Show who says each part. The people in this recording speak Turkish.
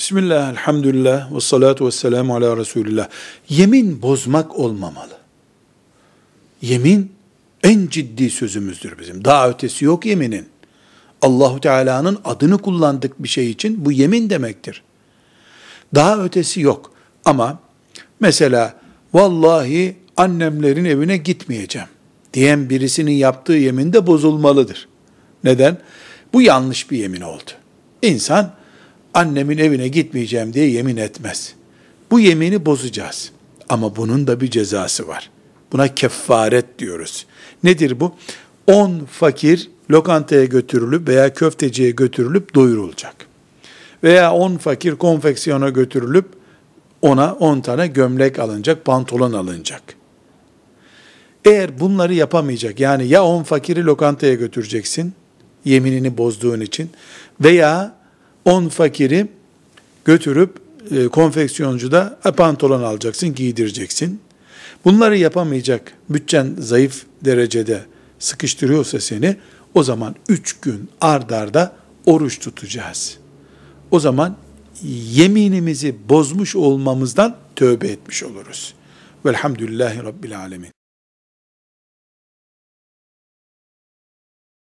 Speaker 1: Bismillah, elhamdülillah, ve salatu ve selamu ala Resulillah. Yemin bozmak olmamalı. Yemin en ciddi sözümüzdür bizim. Daha ötesi yok yeminin. Allahu Teala'nın adını kullandık bir şey için bu yemin demektir. Daha ötesi yok. Ama mesela vallahi annemlerin evine gitmeyeceğim diyen birisinin yaptığı yemin de bozulmalıdır. Neden? Bu yanlış bir yemin oldu. İnsan annemin evine gitmeyeceğim diye yemin etmez. Bu yemini bozacağız. Ama bunun da bir cezası var. Buna kefaret diyoruz. Nedir bu? 10 fakir lokantaya götürülüp veya köfteciye götürülüp doyurulacak. Veya 10 fakir konfeksiyona götürülüp ona 10 tane gömlek alınacak, pantolon alınacak. Eğer bunları yapamayacak, yani ya 10 fakiri lokantaya götüreceksin, yeminini bozduğun için, veya 10 fakiri götürüp konfeksiyoncuda pantolon alacaksın, giydireceksin. Bunları yapamayacak, bütçen zayıf derecede sıkıştırıyorsa seni, o zaman 3 gün ard arda oruç tutacağız. O zaman yeminimizi bozmuş olmamızdan tövbe etmiş oluruz. Velhamdülillahi Rabbil Alemin.